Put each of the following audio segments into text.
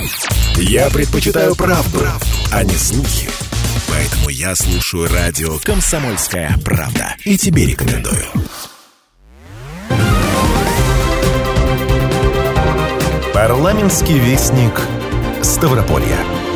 Я предпочитаю правду, а не слухи. Поэтому я слушаю радио «Комсомольская правда». И тебе рекомендую. Парламентский вестник Ставрополья.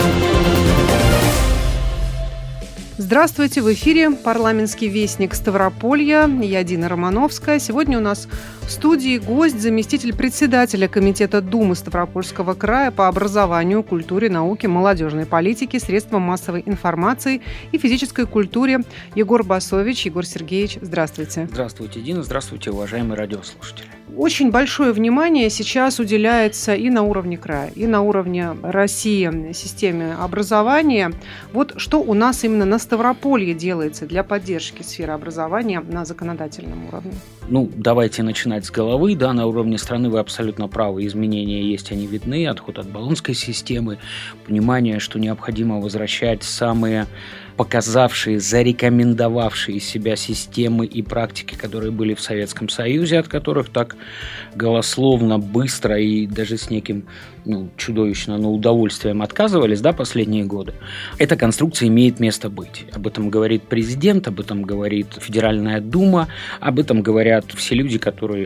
Здравствуйте, в эфире парламентский вестник Ставрополья. Я Дина Романовская. Сегодня у нас в студии гость, заместитель председателя Комитета Думы Ставропольского края по образованию, культуре, науке, молодежной политике, средствам массовой информации и физической культуре Егор Басович. Егор Сергеевич, здравствуйте. Здравствуйте, Дина. Здравствуйте, уважаемые радиослушатели. Очень большое внимание сейчас уделяется и на уровне края, и на уровне России системе образования. Вот что у нас именно на Ставрополье делается для поддержки сферы образования на законодательном уровне? Давайте начинать с головы. Да, на уровне страны вы абсолютно правы. Изменения есть, они видны. Отход от баллонской системы, понимание, что необходимо возвращать самые показавшие, зарекомендовавшие себя системы и практики, которые были в Советском Союзе, от которых так голословно, быстро и даже с неким чудовищно, но удовольствием отказывались, последние годы. Эта конструкция имеет место быть. Об этом говорит президент, об этом говорит Федеральная Дума, об этом говорят все люди, которые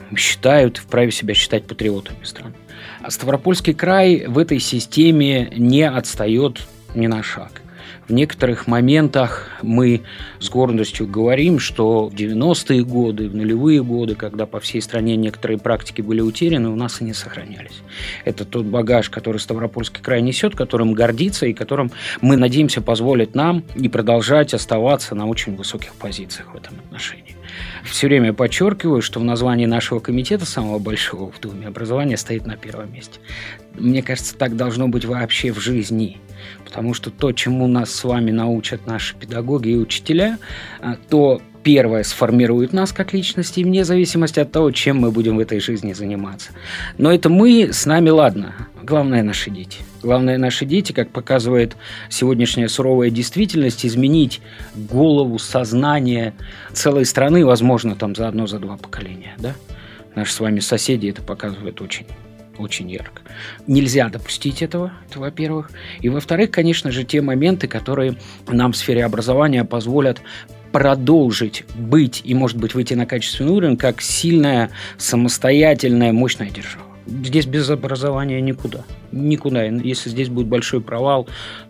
вправе себя считать патриотами страны. А Ставропольский край в этой системе не отстает ни на шаг. В некоторых моментах мы с гордостью говорим, что в 90-е годы, в нулевые годы, когда по всей стране некоторые практики были утеряны, у нас они сохранялись. Это тот багаж, который Ставропольский край несет, которым гордится и которым, мы надеемся, позволит нам и продолжать оставаться на очень высоких позициях в этом отношении. Все время подчеркиваю, что в названии нашего комитета, самого большого в Думе, образование стоит на первом месте. Мне кажется, так должно быть вообще в жизни. Потому что то, чему нас с вами научат наши педагоги и учителя, то первое сформирует нас как личности, вне зависимости от того, чем мы будем в этой жизни заниматься. Но это мы, с нами ладно. Главное – наши дети. Главное – наши дети, как показывает сегодняшняя суровая действительность, изменить голову, сознание целой страны, возможно, за одно, за два поколения. Да? Наши с вами соседи это показывают очень ярко. Нельзя допустить этого, это во-первых. И во-вторых, конечно же, те моменты, которые нам в сфере образования позволят продолжить быть и, может быть, выйти на качественный уровень, как сильная, самостоятельная, мощная держава. Здесь без образования никуда. Никуда. Если здесь будет большой провал,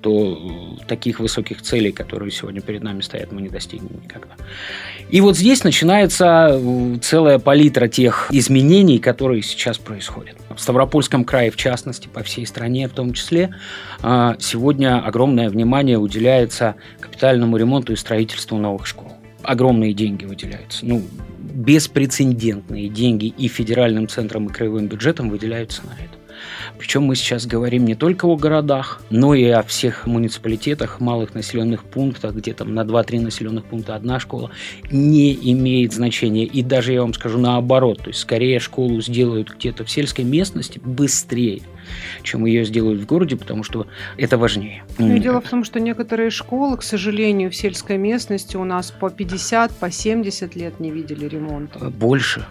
то таких высоких целей, которые сегодня перед нами стоят, мы не достигнем никогда. И вот здесь начинается целая палитра тех изменений, которые сейчас происходят. В Ставропольском крае, в частности, по всей стране в том числе, сегодня огромное внимание уделяется капитальному ремонту и строительству новых школ. Огромные деньги выделяются. Беспрецедентные деньги и федеральным центром, и краевым бюджетом выделяются на это. Причем мы сейчас говорим не только о городах, но и о всех муниципалитетах, малых населенных пунктах, где на 2-3 населенных пункта одна школа, не имеет значения. И даже, я вам скажу, наоборот, то есть скорее школу сделают где-то в сельской местности быстрее, чем ее сделают в городе, потому что это важнее. Дело в том, что некоторые школы, к сожалению, в сельской местности у нас по 50, по 70 лет не видели ремонта. Больше.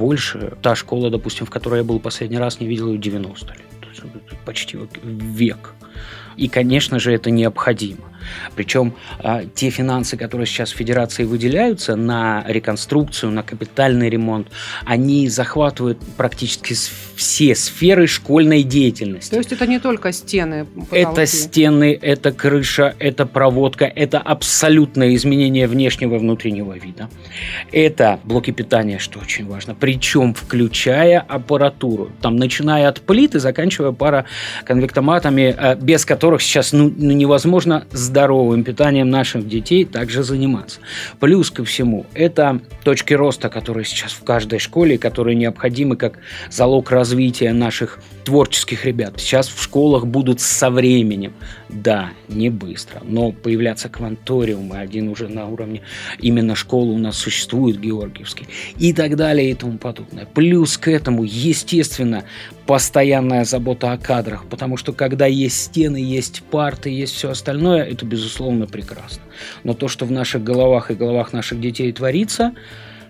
Та школа, допустим, в которой я был последний раз, не видел ее 90 лет. То есть почти век. И, конечно же, это необходимо. Причем те финансы, которые сейчас в Федерации выделяются на реконструкцию, на капитальный ремонт, они захватывают практически все сферы школьной деятельности. То есть это не только стены, потолки. Это стены, это крыша, это проводка, это абсолютное изменение внешнего и внутреннего вида. Это блоки питания, что очень важно. Причем включая аппаратуру. Начиная от плит и заканчивая пароконвектоматами, без которых сейчас невозможно здоровым питанием наших детей также заниматься. Плюс ко всему, это точки роста, которые сейчас в каждой школе, которые необходимы как залог развития наших творческих ребят. Сейчас в школах будут со временем. Да, не быстро, но появляться кванториумы, один уже на уровне именно школы у нас существует, Георгиевский, и так далее и тому подобное. Плюс к этому, естественно, постоянная забота о кадрах, потому что когда есть стены, есть парты, есть все остальное, это, безусловно, прекрасно. Но то, что в наших головах и головах наших детей творится,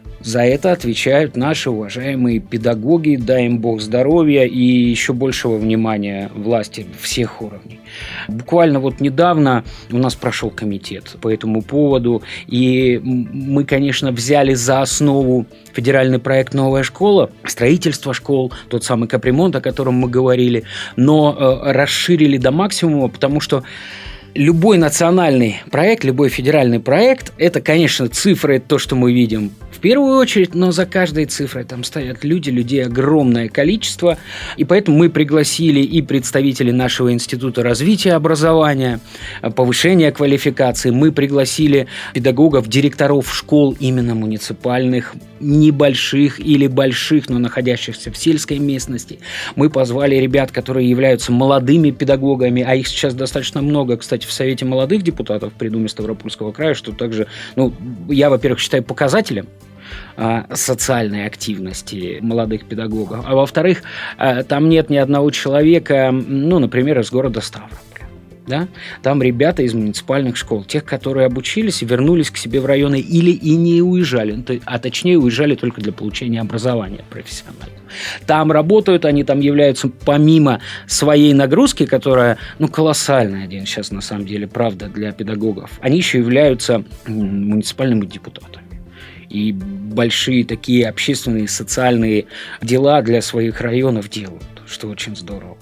За это отвечают наши уважаемые педагоги, дай им Бог здоровья и еще большего внимания власти всех уровней. Буквально вот недавно у нас прошел комитет по этому поводу, и мы, конечно, взяли за основу федеральный проект «Новая школа», строительство школ, тот самый капремонт, о котором мы говорили, но расширили до максимума, потому что любой национальный проект, любой федеральный проект – это, конечно, цифры, это то, что мы видим в первую очередь, но за каждой цифрой там стоят люди, людей огромное количество, и поэтому мы пригласили и представителей нашего Института развития образования, повышения квалификации, мы пригласили педагогов, директоров школ именно муниципальных, небольших или больших, но находящихся в сельской местности. Мы позвали ребят, которые являются молодыми педагогами, а их сейчас достаточно много, кстати, в Совете молодых депутатов при Думе Ставропольского края, что также, я, во-первых, считаю показателем социальной активности молодых педагогов, а во-вторых, там нет ни одного человека, например, из города Ставрополя. Да? Там ребята из муниципальных школ, тех, которые обучились и вернулись к себе в районы или и не уезжали, а точнее уезжали только для получения образования профессионального. Там работают, они там являются, помимо своей нагрузки, которая, колоссальная сейчас на самом деле, правда, для педагогов, они еще являются муниципальными депутатами. И большие такие общественные, социальные дела для своих районов делают, что очень здорово.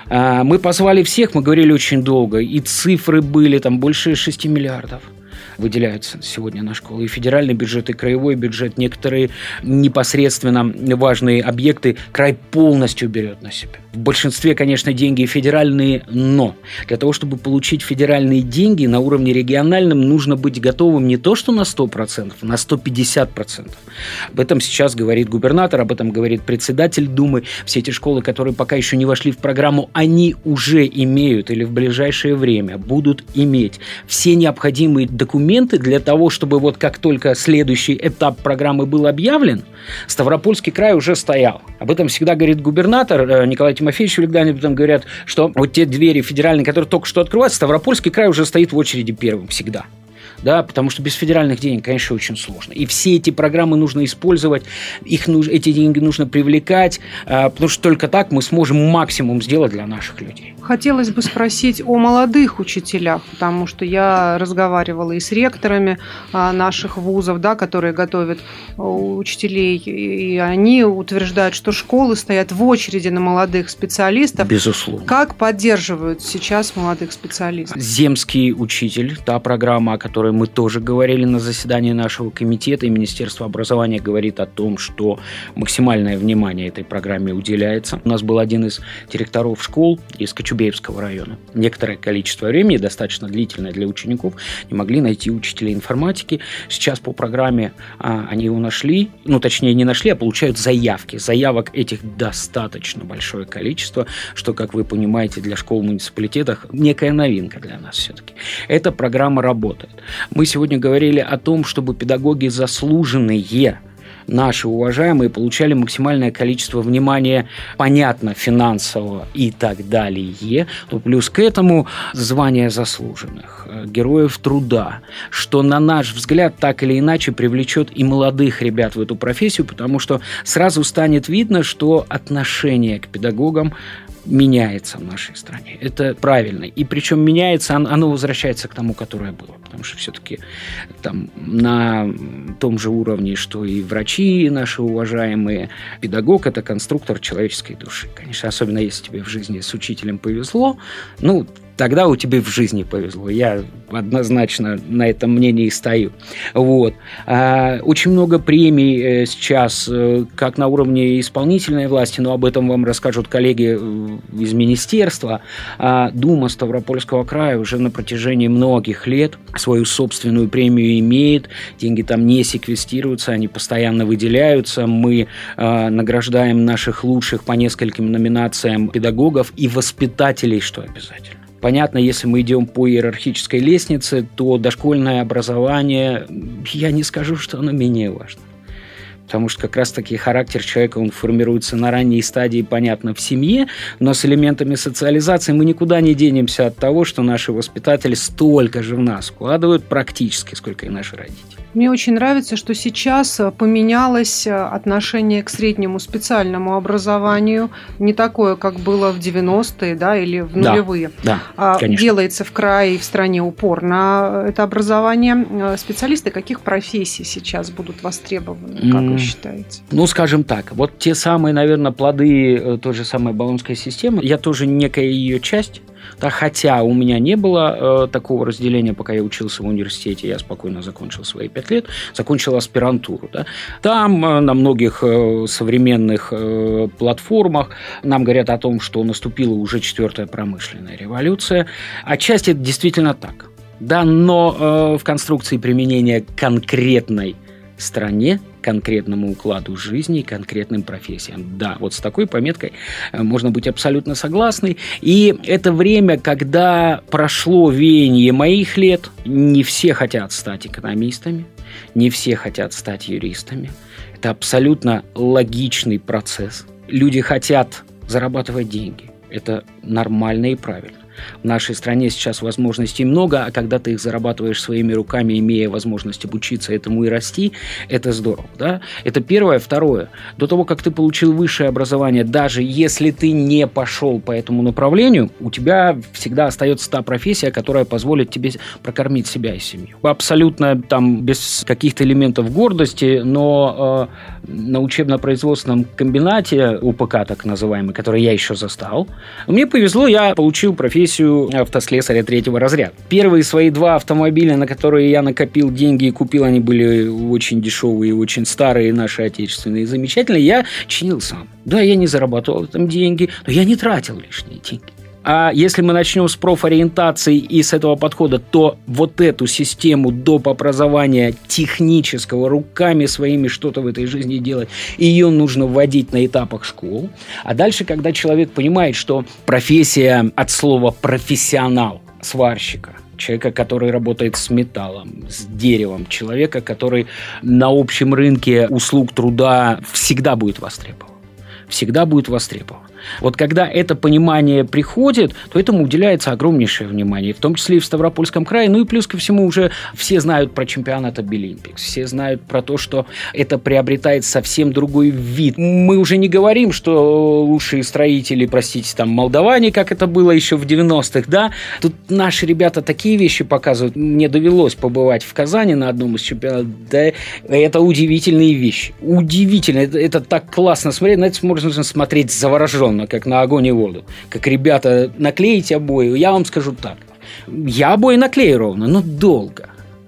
Мы позвали всех, мы говорили очень долго, и цифры были, там больше 6 миллиардов выделяются сегодня на школы. И федеральный бюджет, и краевой бюджет, некоторые непосредственно важные объекты край полностью берет на себя. В большинстве, конечно, деньги федеральные, но для того, чтобы получить федеральные деньги на уровне региональном, нужно быть готовым не то что на 100%, на 150%. Об этом сейчас говорит губернатор, об этом говорит председатель Думы. Все эти школы, которые пока еще не вошли в программу, они уже имеют или в ближайшее время будут иметь все необходимые документы для того, чтобы вот как только следующий этап программы был объявлен, Ставропольский край уже стоял. Об этом всегда говорит губернатор Николай Тимофеевич Великдане, потом говорят, что вот те двери федеральные, которые только что открываются, Ставропольский край уже стоит в очереди первым всегда. Да, потому что без федеральных денег, конечно, очень сложно. И все эти программы нужно использовать, эти деньги нужно привлекать, потому что только так мы сможем максимум сделать для наших людей. Хотелось бы спросить о молодых учителях, потому что я разговаривала и с ректорами наших вузов, да, которые готовят учителей, и они утверждают, что школы стоят в очереди на молодых специалистов. Безусловно. Как поддерживают сейчас молодых специалистов? Земский учитель, та программа, о которой мы тоже говорили на заседании нашего комитета, и Министерство образования говорит о том, что максимальное внимание этой программе уделяется. У нас был один из директоров школ из Кочубеевского района. Некоторое количество времени, достаточно длительное для учеников, не могли найти учителей информатики. Сейчас по программе они его нашли, точнее не нашли, а получают заявки. Заявок этих достаточно большое количество, что, как вы понимаете, для школ в муниципалитетах некая новинка для нас все-таки. Эта программа работает. Мы сегодня говорили о том, чтобы педагоги заслуженные, наши уважаемые, получали максимальное количество внимания, понятно, финансового и так далее, то плюс к этому звания заслуженных, героев труда, что, на наш взгляд, так или иначе привлечет и молодых ребят в эту профессию, потому что сразу станет видно, что отношение к педагогам меняется в нашей стране. Это правильно. И причем меняется, оно возвращается к тому, которое было. Потому что все-таки там на том же уровне, что и врачи наши уважаемые, педагог – это конструктор человеческой души. Конечно, особенно если тебе в жизни с учителем повезло, тогда у тебя в жизни повезло. Я однозначно на этом мнении стою. Вот. Очень много премий сейчас, как на уровне исполнительной власти, но об этом вам расскажут коллеги из министерства. Дума Ставропольского края уже на протяжении многих лет свою собственную премию имеет. Деньги там не секвестируются, они постоянно выделяются. Мы награждаем наших лучших по нескольким номинациям педагогов и воспитателей, что обязательно. Понятно, если мы идем по иерархической лестнице, то дошкольное образование, я не скажу, что оно менее важно. Потому что как раз-таки характер человека, он формируется на ранней стадии, понятно, в семье, но с элементами социализации мы никуда не денемся от того, что наши воспитатели столько же в нас вкладывают практически, сколько и наши родители. Мне очень нравится, что сейчас поменялось отношение к среднему специальному образованию, не такое, как было в 90-е, да, или в нулевые. Да, конечно. Делается в крае и в стране упор на это образование. Специалисты каких профессий сейчас будут востребованы, как вы считаете? Ну, скажем так, вот те самые, наверное, плоды той же самой Болонской системы, я тоже некая ее часть. Да, хотя у меня не было такого разделения, пока я учился в университете, я спокойно закончил свои 5 лет, закончил аспирантуру. Да. Там на многих современных платформах нам говорят о том, что наступила уже 4-я промышленная революция. Отчасти это действительно так. Да, но в конструкции применения конкретной стране, конкретному укладу жизни и конкретным профессиям. Да, вот с такой пометкой можно быть абсолютно согласны. И это время, когда прошло веяние моих лет, не все хотят стать экономистами, не все хотят стать юристами. Это абсолютно логичный процесс. Люди хотят зарабатывать деньги. Это нормально и правильно. В нашей стране сейчас возможностей много, а когда ты их зарабатываешь своими руками, имея возможность обучиться этому и расти, это здорово. Да? Это первое. Второе. До того, как ты получил высшее образование, даже если ты не пошел по этому направлению, у тебя всегда остается та профессия, которая позволит тебе прокормить себя и семью. Абсолютно там без каких-то элементов гордости, но на учебно-производственном комбинате УПК, так называемый, который я еще застал, мне повезло, я получил профессию автослесаря 3-го разряда. Первые свои 2 автомобиля, на которые я накопил деньги и купил, они были очень дешевые, очень старые, наши отечественные, замечательные, я чинил сам. Да, я не зарабатывал там деньги, но я не тратил лишние деньги. А если мы начнем с профориентации и с этого подхода, то вот эту систему доп. Образования технического, руками своими что-то в этой жизни делать, ее нужно вводить на этапах школ. А дальше, когда человек понимает, что профессия от слова «профессионал», сварщика, человека, который работает с металлом, с деревом, человека, который на общем рынке услуг труда всегда будет востребован. Всегда будет востребован. Вот когда это понимание приходит, то этому уделяется огромнейшее внимание, в том числе и в Ставропольском крае. Ну и плюс ко всему уже все знают про чемпионат Обилимпикс, все знают про то, что это приобретает совсем другой вид. Мы уже не говорим, что лучшие строители, простите, там, молдаване, как это было еще в 90-х, да. Тут наши ребята такие вещи показывают. Мне довелось побывать в Казани на одном из чемпионатов. Да, это удивительные вещи. Удивительно. Это так классно смотреть. На это можно смотреть завороженно, как на огонь и воду. Как ребята наклеить обои. Я вам скажу так. Я обои наклею ровно, но долго.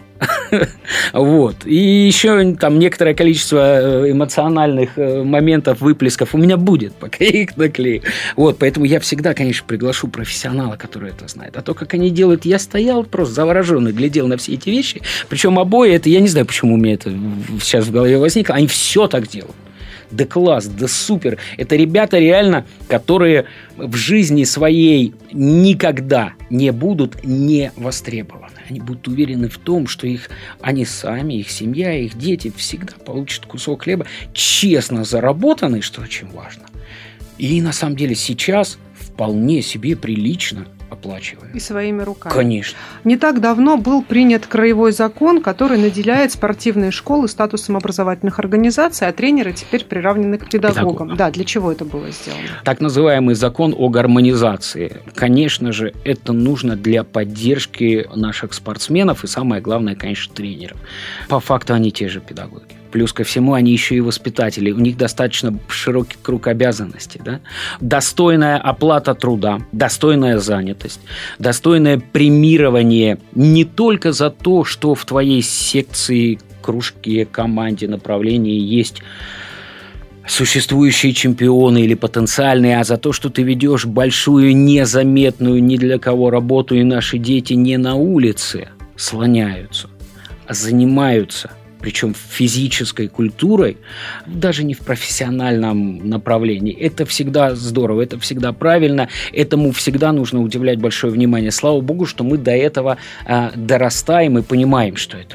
Вот. И еще там некоторое количество эмоциональных моментов, выплесков у меня будет, пока я их наклею. Вот. Поэтому я всегда, конечно, приглашу профессионала, который это знает. А то, как они делают, я стоял просто завороженный, глядел на все эти вещи. Причем обои, это я не знаю, почему у меня это сейчас в голове возникло. Они все так делают. Да класс, да супер. Это ребята реально, которые в жизни своей никогда не будут не востребованы. Они будут уверены в том, что они сами, их семья, их дети всегда получат кусок хлеба, честно заработанный, что очень важно. И на самом деле сейчас вполне себе прилично оплачиваем. И своими руками. Конечно. Не так давно был принят краевой закон, который наделяет спортивные школы статусом образовательных организаций, а тренеры теперь приравнены к педагогам. Да, для чего это было сделано? Так называемый закон о гармонизации. Конечно же, это нужно для поддержки наших спортсменов и, самое главное, конечно, тренеров. По факту они те же педагоги. Плюс ко всему, они еще и воспитатели. У них достаточно широкий круг обязанностей. Да? Достойная оплата труда, достойная занятость, достойное премирование не только за то, что в твоей секции, кружке, команде, направлении есть существующие чемпионы или потенциальные, а за то, что ты ведешь большую, незаметную ни для кого работу, и наши дети не на улице слоняются, а занимаются, причем физической культурой, даже не в профессиональном направлении. Это всегда здорово, это всегда правильно, этому всегда нужно уделять большое внимание. Слава богу, что мы до этого дорастаем и понимаем, что это важно.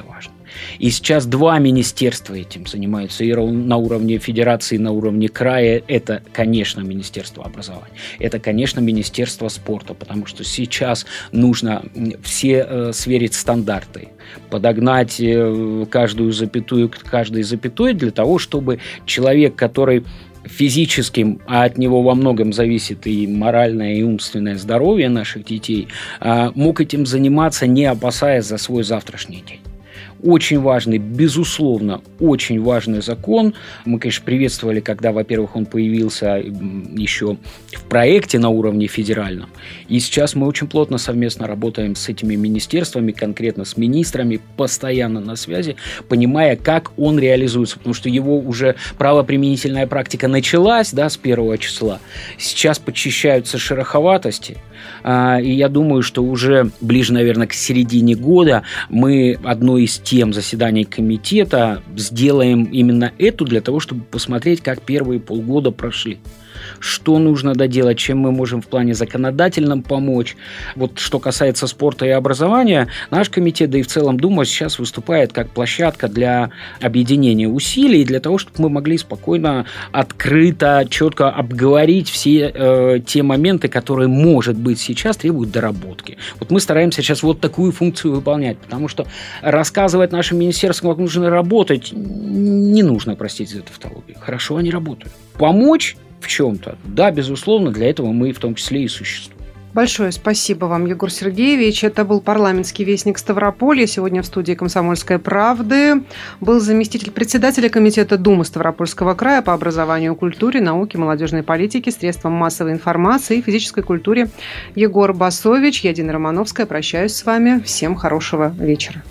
И сейчас 2 министерства этим занимаются, и на уровне федерации, и на уровне края. Это, конечно, Министерство образования, это, конечно, Министерство спорта, потому что сейчас нужно все сверить стандарты, подогнать каждую запятую к каждой запятой для того, чтобы человек, который физическим, а от него во многом зависит и моральное, и умственное здоровье наших детей, мог этим заниматься, не опасаясь за свой завтрашний день. Очень важный, безусловно, очень важный закон. Мы, конечно, приветствовали, когда, во-первых, он появился еще в проекте на уровне федеральном. И сейчас мы очень плотно совместно работаем с этими министерствами, конкретно с министрами, постоянно на связи, понимая, как он реализуется. Потому что его уже правоприменительная практика началась, да, с 1 числа. Сейчас подчищаются шероховатости. И я думаю, что уже ближе, наверное, к середине года мы одной из тем заседаний комитета сделаем именно эту, для того, чтобы посмотреть, как первые полгода прошли. Что нужно доделать, чем мы можем в плане законодательном помочь. Вот что касается спорта и образования, наш комитет, да и в целом Дума сейчас выступает как площадка для объединения усилий, для того, чтобы мы могли спокойно, открыто, четко обговорить все те моменты, которые, может быть, сейчас требуют доработки. Вот мы стараемся сейчас вот такую функцию выполнять, потому что рассказывать нашим министерствам, как нужно работать, не нужно, простите за тавтологию. Хорошо они работают. Помочь в чем-то, да, безусловно, для этого мы в том числе и существуем. Большое спасибо вам, Егор Сергеевич. Это был парламентский вестник Ставрополья. Сегодня в студии «Комсомольской правды» был заместитель председателя комитета Думы Ставропольского края по образованию, культуре, науке, молодежной политике, средствам массовой информации и физической культуре Егор Басович. Я, Дина Романовская, прощаюсь с вами. Всем хорошего вечера.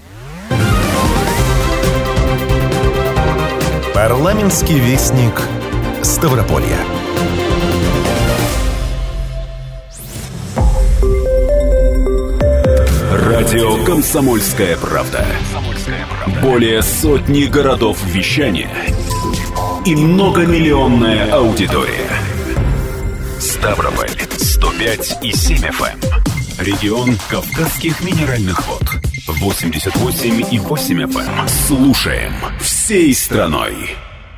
Парламентский вестник Ставрополья. Радио «Комсомольская правда». Более сотни городов вещания и многомиллионная аудитория. Ставрополь 105,7 FM. Регион Кавказских минеральных вод 88,8 FM. Слушаем всей страной.